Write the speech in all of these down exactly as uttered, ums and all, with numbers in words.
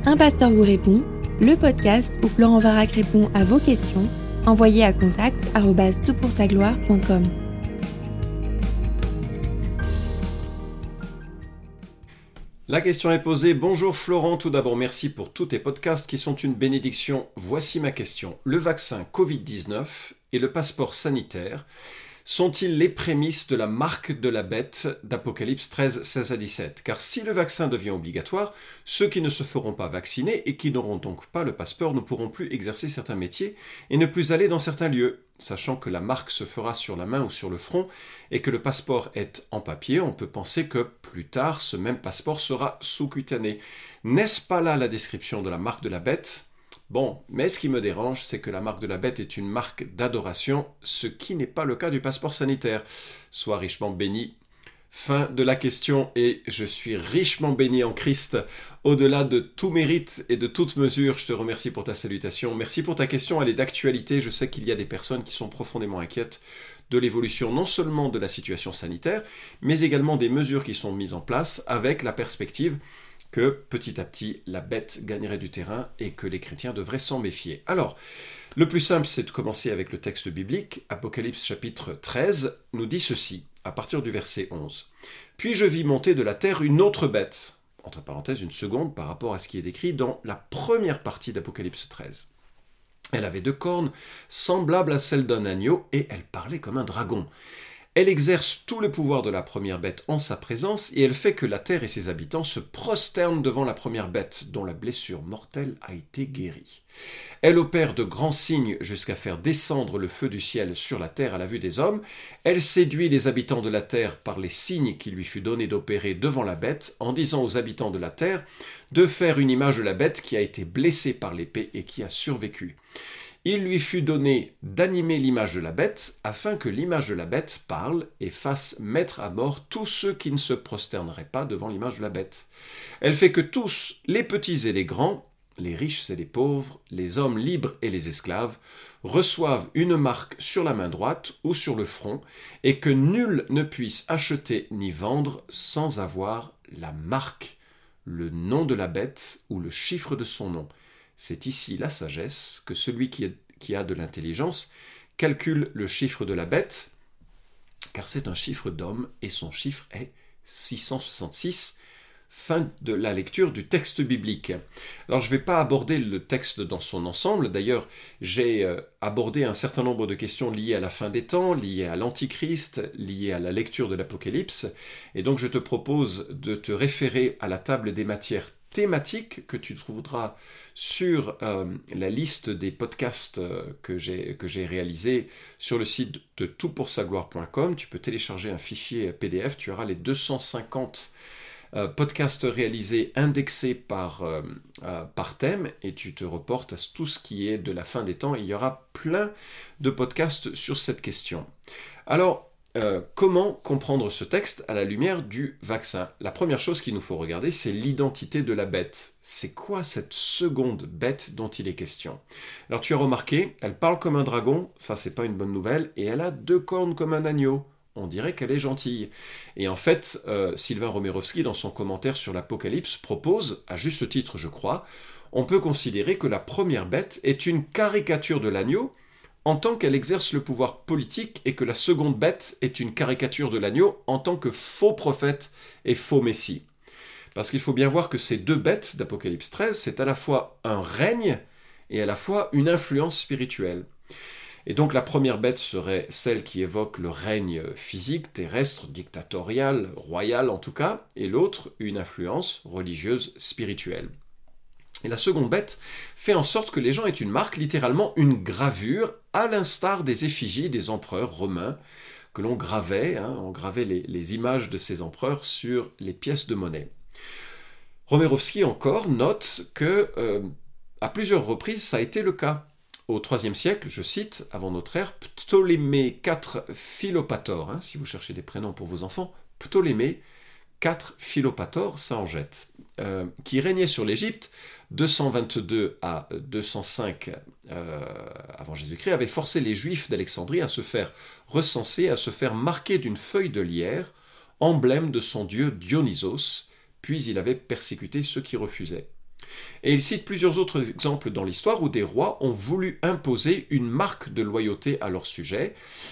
Un pasteur vous répond, le podcast où Florent Varac répond à vos questions, envoyez à contact arobase tout pour sa gloire point com. La question est posée. Bonjour Florent, tout d'abord merci pour tous tes podcasts qui sont une bénédiction. Voici ma question. Le vaccin covid dix-neuf et le passeport sanitaire sont-ils les prémices de la marque de la bête d'Apocalypse treize, seize à dix-sept? Car si le vaccin devient obligatoire, ceux qui ne se feront pas vacciner et qui n'auront donc pas le passeport ne pourront plus exercer certains métiers et ne plus aller dans certains lieux. Sachant que la marque se fera sur la main ou sur le front et que le passeport est en papier, on peut penser que plus tard, ce même passeport sera sous-cutané. N'est-ce pas là la description de la marque de la bête ? Bon, mais ce qui me dérange, c'est que la marque de la bête est une marque d'adoration, ce qui n'est pas le cas du passeport sanitaire. Sois richement béni. Fin de la question, et je suis richement béni en Christ. Au-delà de tout mérite et de toute mesure, je te remercie pour ta salutation. Merci pour ta question, elle est d'actualité. Je sais qu'il y a des personnes qui sont profondément inquiètes de l'évolution non seulement de la situation sanitaire, mais également des mesures qui sont mises en place avec la perspective que petit à petit la bête gagnerait du terrain et que les chrétiens devraient s'en méfier. Alors, le plus simple, c'est de commencer avec le texte biblique. Apocalypse chapitre treize nous dit ceci, à partir du verset onze. « Puis je vis monter de la terre une autre bête », entre parenthèses une seconde par rapport à ce qui est décrit dans la première partie d'Apocalypse treize. Elle avait deux cornes, semblables à celles d'un agneau, et elle parlait comme un dragon. Elle exerce tout le pouvoir de la première bête en sa présence et elle fait que la terre et ses habitants se prosternent devant la première bête dont la blessure mortelle a été guérie. Elle opère de grands signes jusqu'à faire descendre le feu du ciel sur la terre à la vue des hommes. Elle séduit les habitants de la terre par les signes qui lui fut donné d'opérer devant la bête en disant aux habitants de la terre de faire une image de la bête qui a été blessée par l'épée et qui a survécu. Il lui fut donné d'animer l'image de la bête, afin que l'image de la bête parle et fasse mettre à mort tous ceux qui ne se prosterneraient pas devant l'image de la bête. Elle fait que tous, les petits et les grands, les riches et les pauvres, les hommes libres et les esclaves, reçoivent une marque sur la main droite ou sur le front, et que nul ne puisse acheter ni vendre sans avoir la marque, le nom de la bête ou le chiffre de son nom. C'est ici la sagesse que celui qui, est, qui a de l'intelligence calcule le chiffre de la bête, car c'est un chiffre d'homme et son chiffre est six cent soixante-six. Fin de la lecture du texte biblique. Alors je ne vais pas aborder le texte dans son ensemble, d'ailleurs j'ai euh, abordé un certain nombre de questions liées à la fin des temps, liées à l'Antichrist, liées à la lecture de l'Apocalypse, et donc je te propose de te référer à la table des matières thématiques que tu trouveras sur euh, la liste des podcasts euh, que j'ai, que j'ai réalisés sur le site de tout pour sa gloire point com. Tu peux télécharger un fichier P D F, tu auras les deux cent cinquante euh, podcasts réalisés indexés par, euh, euh, par thème et tu te reportes à tout ce qui est de la fin des temps. Il y aura plein de podcasts sur cette question. Alors, Euh, comment comprendre ce texte à la lumière du vaccin? La première chose qu'il nous faut regarder, c'est l'identité de la bête. C'est quoi cette seconde bête dont il est question? Alors tu as remarqué, elle parle comme un dragon, ça c'est pas une bonne nouvelle, et elle a deux cornes comme un agneau. On dirait qu'elle est gentille. Et en fait, euh, Sylvain Romerovski, dans son commentaire sur l'Apocalypse, propose, à juste titre je crois, on peut considérer que la première bête est une caricature de l'agneau, en tant qu'elle exerce le pouvoir politique et que la seconde bête est une caricature de l'agneau en tant que faux prophète et faux messie. Parce qu'il faut bien voir que ces deux bêtes d'Apocalypse treize, c'est à la fois un règne et à la fois une influence spirituelle. Et donc la première bête serait celle qui évoque le règne physique, terrestre, dictatorial, royal en tout cas, et l'autre une influence religieuse, spirituelle. Et la seconde bête fait en sorte que les gens aient une marque, littéralement une gravure, à l'instar des effigies des empereurs romains que l'on gravait, hein, on gravait les, les images de ces empereurs sur les pièces de monnaie. Romerovski encore note que euh, à plusieurs reprises ça a été le cas. Au troisième siècle, je cite, avant notre ère, Ptolémée quatre Philopator, hein, si vous cherchez des prénoms pour vos enfants, Ptolémée quatre Philopator, ça en jette, euh, qui régnait sur l'Égypte deux cent vingt-deux à deux cent cinq euh, avant Jésus-Christ, avait forcé les Juifs d'Alexandrie à se faire recenser, à se faire marquer d'une feuille de lierre, emblème de son dieu Dionysos, puis il avait persécuté ceux qui refusaient. Et il cite plusieurs autres exemples dans l'histoire où des rois ont voulu imposer une marque de loyauté à leur sujet.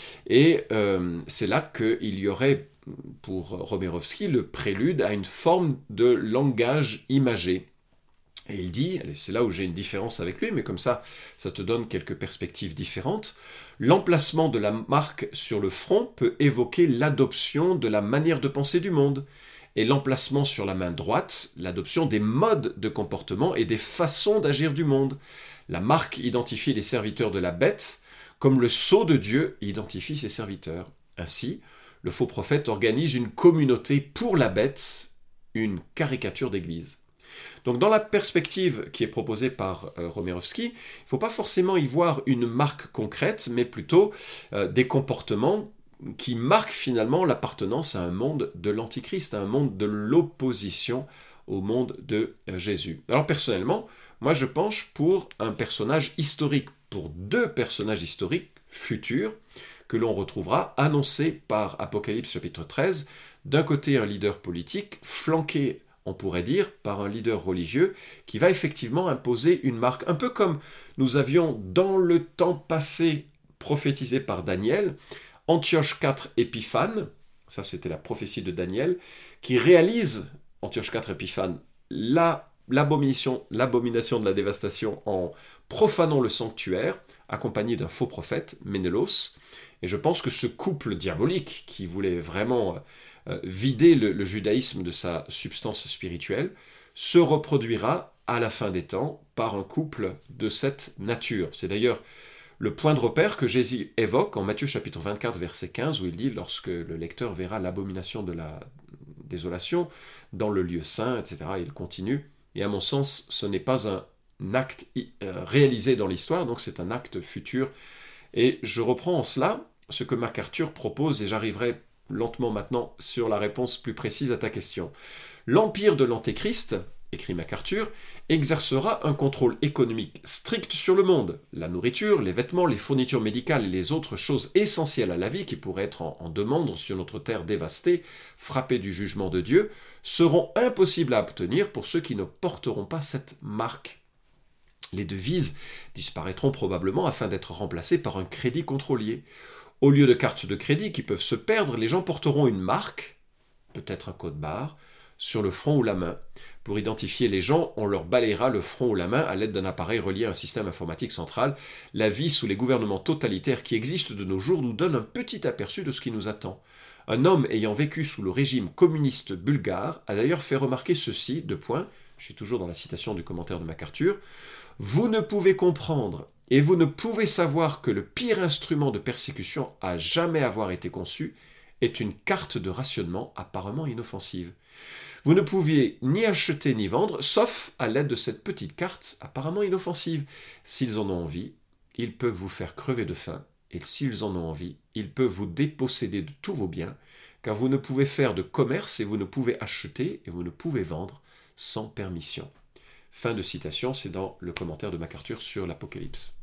Et euh, c'est là qu'il y aurait, pour Romerovski, le prélude à une forme de langage imagé. Et il dit, c'est là où j'ai une différence avec lui, mais comme ça, ça te donne quelques perspectives différentes. L'emplacement de la marque sur le front peut évoquer l'adoption de la manière de penser du monde. Et l'emplacement sur la main droite, l'adoption des modes de comportement et des façons d'agir du monde. La marque identifie les serviteurs de la bête, comme le sceau de Dieu identifie ses serviteurs. Ainsi, le faux prophète organise une communauté pour la bête, une caricature d'église. Donc dans la perspective qui est proposée par euh, Romerovski, il ne faut pas forcément y voir une marque concrète, mais plutôt euh, des comportements qui marquent finalement l'appartenance à un monde de l'Antichrist, à un monde de l'opposition au monde de euh, Jésus. Alors personnellement, moi je penche pour un personnage historique, pour deux personnages historiques futurs, que l'on retrouvera annoncés par Apocalypse chapitre treize, d'un côté un leader politique, flanqué, on pourrait dire, par un leader religieux qui va effectivement imposer une marque, un peu comme nous avions dans le temps passé prophétisé par Daniel, Antioche quatre Épiphane, ça c'était la prophétie de Daniel, qui réalise, Antioche quatre Épiphane, la, l'abomination, l'abomination de la dévastation en profanant le sanctuaire, accompagné d'un faux prophète, Ménélos. Et je pense que ce couple diabolique qui voulait vraiment euh, vider le, le judaïsme de sa substance spirituelle se reproduira à la fin des temps par un couple de cette nature. C'est d'ailleurs le point de repère que Jésus évoque en Matthieu chapitre vingt-quatre verset quinze où il dit « Lorsque le lecteur verra l'abomination de la désolation dans le lieu saint, et cetera » Il continue. Et à mon sens, ce n'est pas un acte réalisé dans l'histoire, donc c'est un acte futur. Et je reprends en cela ce que MacArthur propose, et j'arriverai lentement maintenant sur la réponse plus précise à ta question. L'empire de l'Antéchrist, écrit MacArthur, exercera un contrôle économique strict sur le monde. La nourriture, les vêtements, les fournitures médicales et les autres choses essentielles à la vie qui pourraient être en, en demande sur notre terre dévastée, frappée du jugement de Dieu, seront impossibles à obtenir pour ceux qui ne porteront pas cette marque. Les devises disparaîtront probablement afin d'être remplacées par un crédit contrôlier. Au lieu de cartes de crédit qui peuvent se perdre, les gens porteront une marque, peut-être un code barre, sur le front ou la main. Pour identifier les gens, on leur balayera le front ou la main à l'aide d'un appareil relié à un système informatique central. La vie sous les gouvernements totalitaires qui existent de nos jours nous donne un petit aperçu de ce qui nous attend. Un homme ayant vécu sous le régime communiste bulgare a d'ailleurs fait remarquer ceci, deux points, je suis toujours dans la citation du commentaire de MacArthur, « Vous ne pouvez comprendre et vous ne pouvez savoir que le pire instrument de persécution à jamais avoir été conçu est une carte de rationnement apparemment inoffensive. Vous ne pouviez ni acheter ni vendre, sauf à l'aide de cette petite carte apparemment inoffensive. S'ils en ont envie, ils peuvent vous faire crever de faim, et s'ils en ont envie, ils peuvent vous déposséder de tous vos biens, car vous ne pouvez faire de commerce et vous ne pouvez acheter et vous ne pouvez vendre sans permission. » Fin de citation, c'est dans le commentaire de MacArthur sur l'Apocalypse.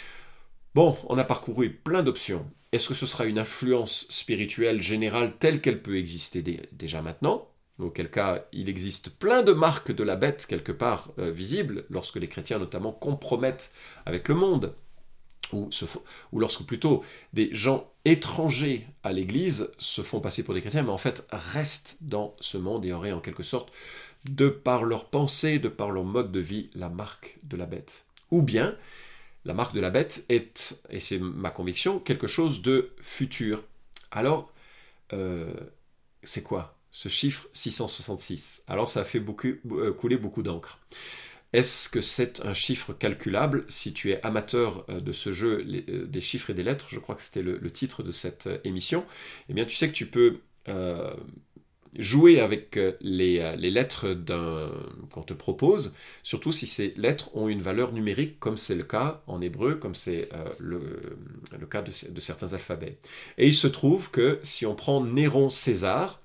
Bon, on a parcouru plein d'options. Est-ce que ce sera une influence spirituelle générale telle qu'elle peut exister dé- déjà maintenant ? Auquel cas, il existe plein de marques de la bête quelque part euh, visibles, lorsque les chrétiens notamment compromettent avec le monde, ou, se f- ou lorsque plutôt des gens étrangers à l'Église se font passer pour des chrétiens, mais en fait restent dans ce monde et auraient en quelque sorte, de par leur pensée, de par leur mode de vie, la marque de la bête. Ou bien, la marque de la bête est, et c'est ma conviction, quelque chose de futur. Alors, euh, c'est quoi ce chiffre six cent soixante-six? Alors ça a fait beaucoup, euh, couler beaucoup d'encre. Est-ce que c'est un chiffre calculable? Si tu es amateur de ce jeu, les, euh, des chiffres et des lettres, je crois que c'était le, le titre de cette émission, eh bien tu sais que tu peux euh, jouer avec les, les lettres d'un, qu'on te propose, surtout si ces lettres ont une valeur numérique, comme c'est le cas en hébreu, comme c'est euh, le, le cas de, de certains alphabets. Et il se trouve que si on prend Néron César,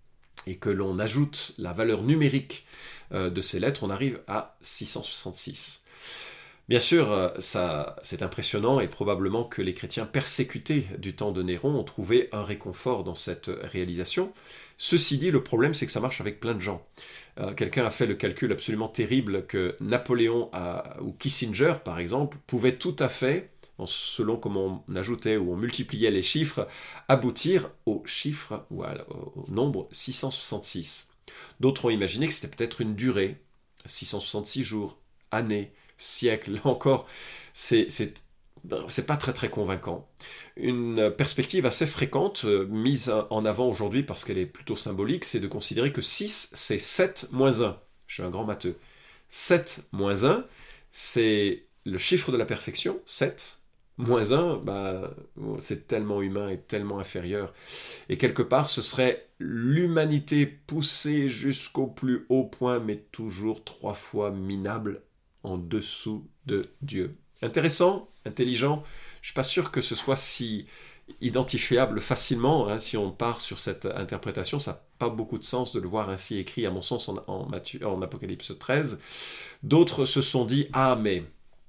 et que l'on ajoute la valeur numérique euh, de ces lettres, on arrive à six cent soixante-six. Bien sûr, euh, ça, c'est impressionnant et probablement que les chrétiens persécutés du temps de Néron ont trouvé un réconfort dans cette réalisation. Ceci dit, le problème, c'est que ça marche avec plein de gens. Euh, quelqu'un a fait le calcul absolument terrible que Napoléon a, ou Kissinger, par exemple, pouvaient tout à fait, selon comment on ajoutait ou on multipliait les chiffres, aboutir au chiffre ou à, au nombre six cent soixante-six. D'autres ont imaginé que c'était peut-être une durée, six cent soixante-six jours, années, siècles. Là encore, c'est, c'est, c'est pas très très convaincant. Une perspective assez fréquente, euh, mise en avant aujourd'hui parce qu'elle est plutôt symbolique, c'est de considérer que six, c'est sept moins un. Je suis un grand matheux. sept moins un, c'est le chiffre de la perfection, sept. Moins un, bah, c'est tellement humain et tellement inférieur. Et quelque part, ce serait l'humanité poussée jusqu'au plus haut point, mais toujours trois fois minable en dessous de Dieu. Intéressant, intelligent, je ne suis pas sûr que ce soit si identifiable facilement, hein, si on part sur cette interprétation, ça n'a pas beaucoup de sens de le voir ainsi écrit, à mon sens, en, en, Matthieu, en Apocalypse treize. D'autres se sont dit, ah mais,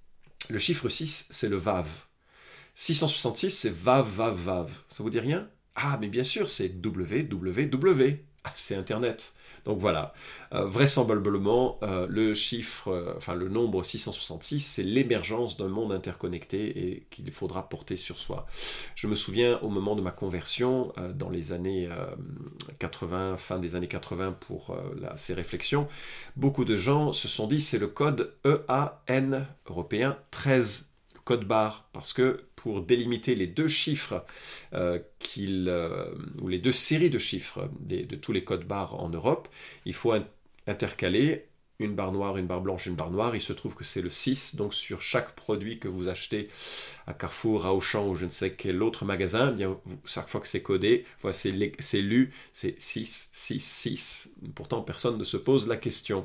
le chiffre six, c'est le Vav. six cent soixante-six, c'est Vav, Vav, Vav. Ça vous dit rien? Ah, mais bien sûr, c'est W, W, W. Ah, c'est Internet. Donc voilà, euh, vraisemblablement, euh, le chiffre, euh, enfin le nombre six cent soixante-six, c'est l'émergence d'un monde interconnecté et qu'il faudra porter sur soi. Je me souviens au moment de ma conversion, euh, dans les années euh, quatre-vingts, fin des années quatre-vingts pour euh, là, ces réflexions, beaucoup de gens se sont dit c'est le code E A N européen treize. Code barre, parce que pour délimiter les deux chiffres euh, qu'il, euh, ou les deux séries de chiffres des, de tous les codes barres en Europe, il faut in- intercaler une barre noire, une barre blanche, une barre noire. Il se trouve que c'est le six, donc sur chaque produit que vous achetez à Carrefour, à Auchan ou je ne sais quel autre magasin, eh bien, chaque fois que c'est codé, voilà, c'est, les, c'est lu, c'est six, six, six. Pourtant, personne ne se pose la question.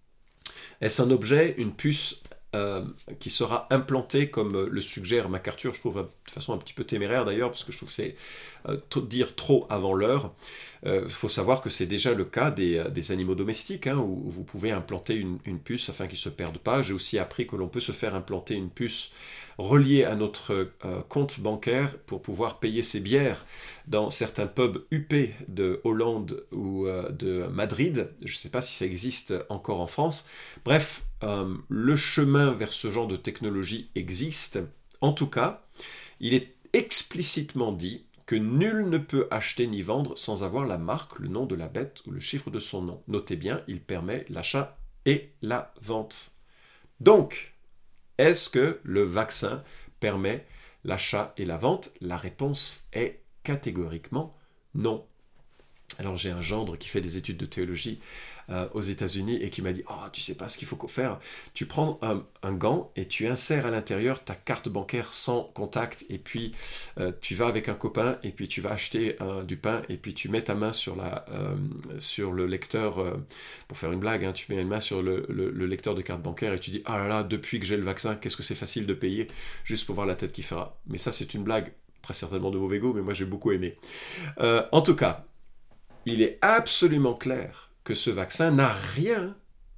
Est-ce un objet, une puce Euh, qui sera implanté comme le suggère MacArthur, je trouve de façon un petit peu téméraire d'ailleurs, parce que je trouve que c'est euh, t- dire trop avant l'heure. Il euh, faut savoir que c'est déjà le cas des, des animaux domestiques, hein, où, où vous pouvez implanter une, une puce afin qu'ils ne se perdent pas. J'ai aussi appris que l'on peut se faire implanter une puce reliée à notre euh, compte bancaire pour pouvoir payer ses bières dans certains pubs huppés de Hollande ou euh, de Madrid. Je ne sais pas si ça existe encore en France. Bref, euh, le chemin vers ce genre de technologie existe. En tout cas, il est explicitement dit que nul ne peut acheter ni vendre sans avoir la marque, le nom de la bête ou le chiffre de son nom. Notez bien, il permet l'achat et la vente. Donc, est-ce que le vaccin permet l'achat et la vente? La réponse est catégoriquement non. Alors j'ai un gendre qui fait des études de théologie euh, aux États-Unis et qui m'a dit « Oh, tu sais pas ce qu'il faut faire. Tu prends un, un gant et tu insères à l'intérieur ta carte bancaire sans contact et puis euh, tu vas avec un copain et puis tu vas acheter euh, du pain et puis tu mets ta main sur, la, euh, sur le lecteur, euh, pour faire une blague, hein, tu mets une main sur le, le, le lecteur de carte bancaire et tu dis « Ah là là, depuis que j'ai le vaccin, qu'est-ce que c'est facile de payer juste pour voir la tête qui fera. » Mais ça c'est une blague, très certainement de mauvais goût, mais moi j'ai beaucoup aimé. Euh, en tout cas, il est absolument clair que ce vaccin n'a rien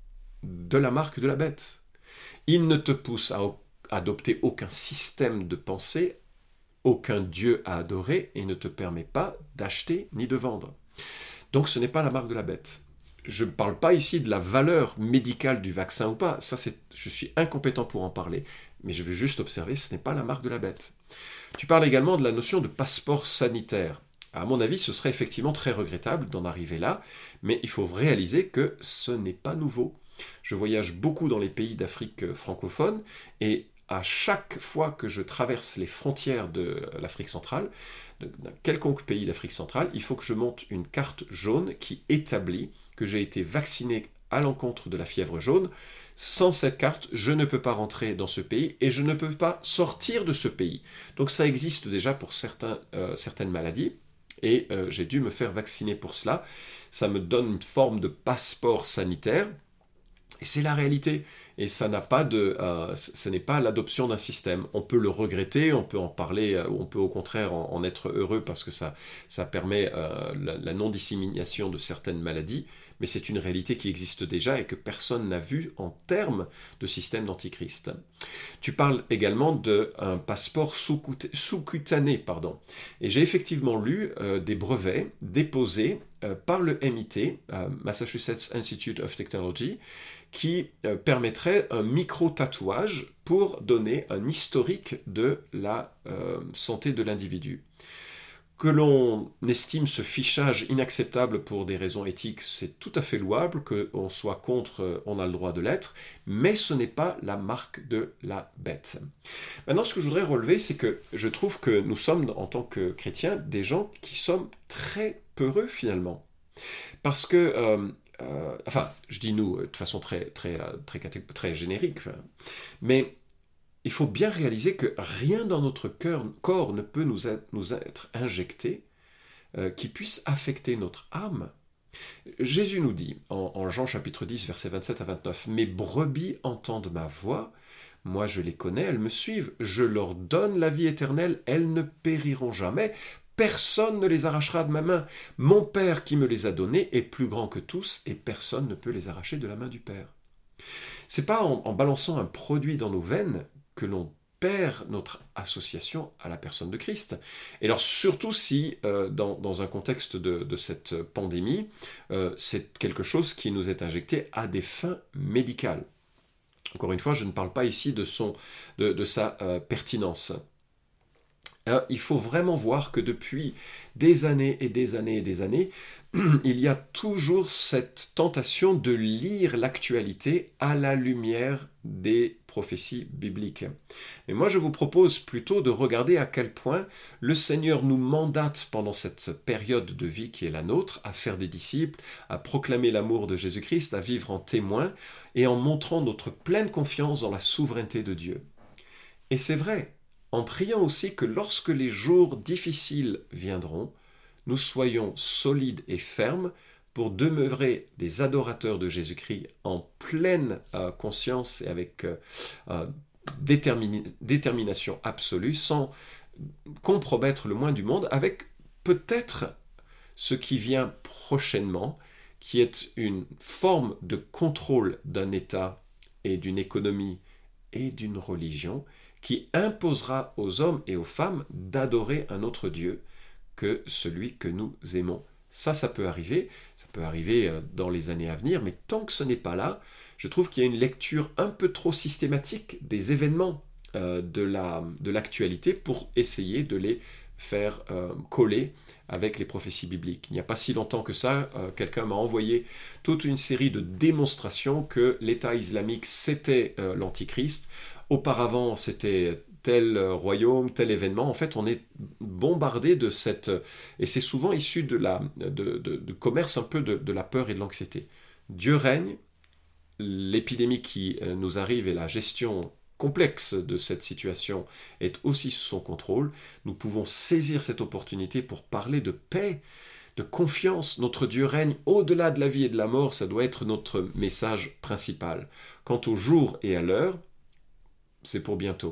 de la marque de la bête. Il ne te pousse à adopter aucun système de pensée, aucun dieu à adorer, et ne te permet pas d'acheter ni de vendre. Donc ce n'est pas la marque de la bête. Je ne parle pas ici de la valeur médicale du vaccin ou pas, ça c'est, je suis incompétent pour en parler, mais je veux juste observer, ce n'est pas la marque de la bête. Tu parles également de la notion de passeport sanitaire. À mon avis, ce serait effectivement très regrettable d'en arriver là, mais il faut réaliser que ce n'est pas nouveau. Je voyage beaucoup dans les pays d'Afrique francophone, et à chaque fois que je traverse les frontières de l'Afrique centrale, d'un quelconque pays d'Afrique centrale, il faut que je monte une carte jaune qui établit que j'ai été vacciné à l'encontre de la fièvre jaune. Sans cette carte, je ne peux pas rentrer dans ce pays et je ne peux pas sortir de ce pays. Donc ça existe déjà pour certains, euh, certaines maladies. Et euh, j'ai dû me faire vacciner pour cela. Ça me donne une forme de passeport sanitaire. Et c'est la réalité. Et ça n'a pas de, euh, ce n'est pas l'adoption d'un système. On peut le regretter, on peut en parler, euh, on peut au contraire en, en être heureux parce que ça, ça permet euh, la, la non-dissémination de certaines maladies. Mais c'est une réalité qui existe déjà et que personne n'a vu en termes de système d'antichrist. Tu parles également d'un passeport sous-cutané, pardon. Et j'ai effectivement lu euh, des brevets déposés euh, par le M I T, euh, Massachusetts Institute of Technology, qui euh, permettrait un micro-tatouage pour donner un historique de la euh, santé de l'individu. Que l'on estime ce fichage inacceptable pour des raisons éthiques, c'est tout à fait louable, qu'on soit contre, on a le droit de l'être, mais ce n'est pas la marque de la bête. Maintenant, ce que je voudrais relever, c'est que je trouve que nous sommes, en tant que chrétiens, des gens qui sommes très peureux finalement. Parce que, euh, euh, enfin, je dis nous de façon très, très, très, très, très générique, mais il faut bien réaliser que rien dans notre cœur, corps ne peut nous être, nous être injecté euh, qui puisse affecter notre âme. Jésus nous dit en, en Jean chapitre dix, versets vingt-sept à vingt-neuf, « Mes brebis entendent ma voix, moi je les connais, elles me suivent, je leur donne la vie éternelle, elles ne périront jamais, personne ne les arrachera de ma main. Mon Père qui me les a donnés est plus grand que tous, et personne ne peut les arracher de la main du Père. » C'est pas en, en balançant un produit dans nos veines que l'on perd notre association à la personne de Christ. Et alors surtout si, euh, dans, dans un contexte de, de cette pandémie, euh, c'est quelque chose qui nous est injecté à des fins médicales. Encore une fois, je ne parle pas ici de, son, de, de sa euh, pertinence. Euh, il faut vraiment voir que depuis des années et des années et des années, il y a toujours cette tentation de lire l'actualité à la lumière des prophéties bibliques. Mais moi, je vous propose plutôt de regarder à quel point le Seigneur nous mandate pendant cette période de vie qui est la nôtre à faire des disciples, à proclamer l'amour de Jésus-Christ, à vivre en témoin et en montrant notre pleine confiance dans la souveraineté de Dieu. Et c'est vrai, en priant aussi que lorsque les jours difficiles viendront, nous soyons solides et fermes pour demeurer des adorateurs de Jésus-Christ en pleine euh, conscience et avec euh, euh, détermini- détermination absolue, sans compromettre le moins du monde, avec peut-être ce qui vient prochainement, qui est une forme de contrôle d'un État et d'une économie et d'une religion qui imposera aux hommes et aux femmes d'adorer un autre Dieu que celui que nous aimons. Ça, ça peut arriver, ça peut arriver dans les années à venir, mais tant que ce n'est pas là, je trouve qu'il y a une lecture un peu trop systématique des événements euh, de, la, de l'actualité pour essayer de les faire euh, coller avec les prophéties bibliques. Il n'y a pas si longtemps que ça, euh, quelqu'un m'a envoyé toute une série de démonstrations que l'État islamique, c'était euh, l'Antichrist. Auparavant, c'était tel royaume, tel événement. En fait, on est bombardé de cette... Et c'est souvent issu de la, de, de, de commerce un peu de, de la peur et de l'anxiété. Dieu règne, l'épidémie qui nous arrive et la gestion complexe de cette situation est aussi sous son contrôle. Nous pouvons saisir cette opportunité pour parler de paix, de confiance. Notre Dieu règne au-delà de la vie et de la mort. Ça doit être notre message principal. Quant au jour et à l'heure, c'est pour bientôt.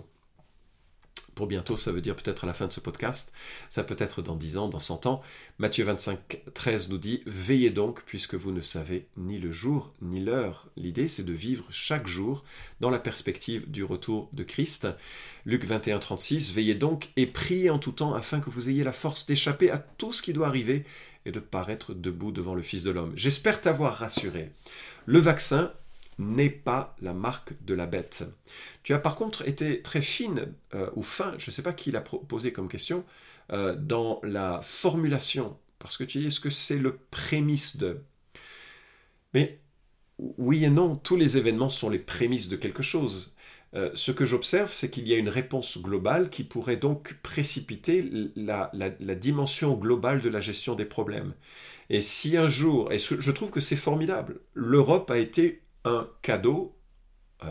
Pour bientôt, ça veut dire peut-être à la fin de ce podcast, ça peut être dans dix ans, dans cent ans. Matthieu vingt-cinq, treize nous dit « Veillez donc, puisque vous ne savez ni le jour ni l'heure ». L'idée, c'est de vivre chaque jour dans la perspective du retour de Christ. Luc vingt et un, trente-six, « Veillez donc et priez en tout temps, afin que vous ayez la force d'échapper à tout ce qui doit arriver et de paraître debout devant le Fils de l'homme ». J'espère t'avoir rassuré. Le vaccin n'est pas la marque de la bête. Tu as par contre été très fine euh, ou fin, je ne sais pas qui l'a posé comme question, euh, dans la formulation, parce que tu dis, est-ce que c'est le prémisse de... Mais oui et non, tous les événements sont les prémices de quelque chose. Euh, ce que j'observe, c'est qu'il y a une réponse globale qui pourrait donc précipiter la, la, la dimension globale de la gestion des problèmes. Et si un jour, et je trouve que c'est formidable, l'Europe a été un cadeau, euh,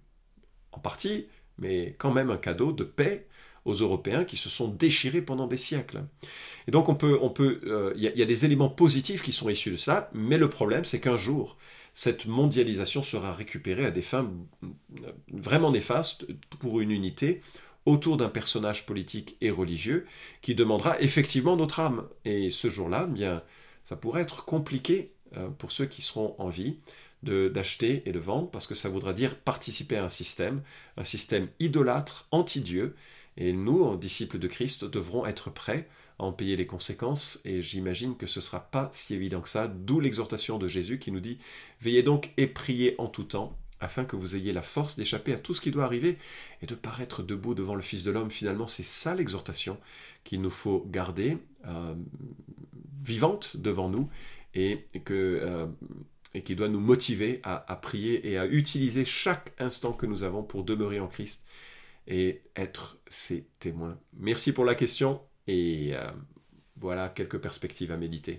en partie, mais quand même un cadeau de paix aux Européens qui se sont déchirés pendant des siècles. Et donc on peut, on peut, euh, y a, y a des éléments positifs qui sont issus de ça, mais le problème c'est qu'un jour, cette mondialisation sera récupérée à des fins vraiment néfastes pour une unité autour d'un personnage politique et religieux qui demandera effectivement notre âme. Et ce jour-là, bien, ça pourrait être compliqué euh, pour ceux qui seront en vie De, d'acheter et de vendre, parce que ça voudra dire participer à un système, un système idolâtre, anti-Dieu, et nous, en disciples de Christ, devrons être prêts à en payer les conséquences, et j'imagine que ce ne sera pas si évident que ça, d'où l'exhortation de Jésus qui nous dit « Veillez donc et priez en tout temps, afin que vous ayez la force d'échapper à tout ce qui doit arriver et de paraître debout devant le Fils de l'homme. » Finalement, c'est ça l'exhortation qu'il nous faut garder, euh, vivante devant nous, et, et, que, euh, et qui doit nous motiver à, à prier et à utiliser chaque instant que nous avons pour demeurer en Christ et être ses témoins. Merci pour la question, et euh, voilà quelques perspectives à méditer.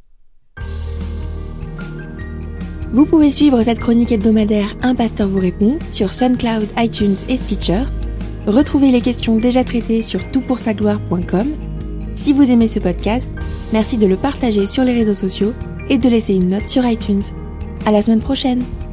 Vous pouvez suivre cette chronique hebdomadaire Un pasteur vous répond sur SoundCloud, iTunes et Stitcher. Retrouvez les questions déjà traitées sur tout pour sa gloire point com. Si vous aimez ce podcast, merci de le partager sur les réseaux sociaux et de laisser une note sur iTunes. À la semaine prochaine!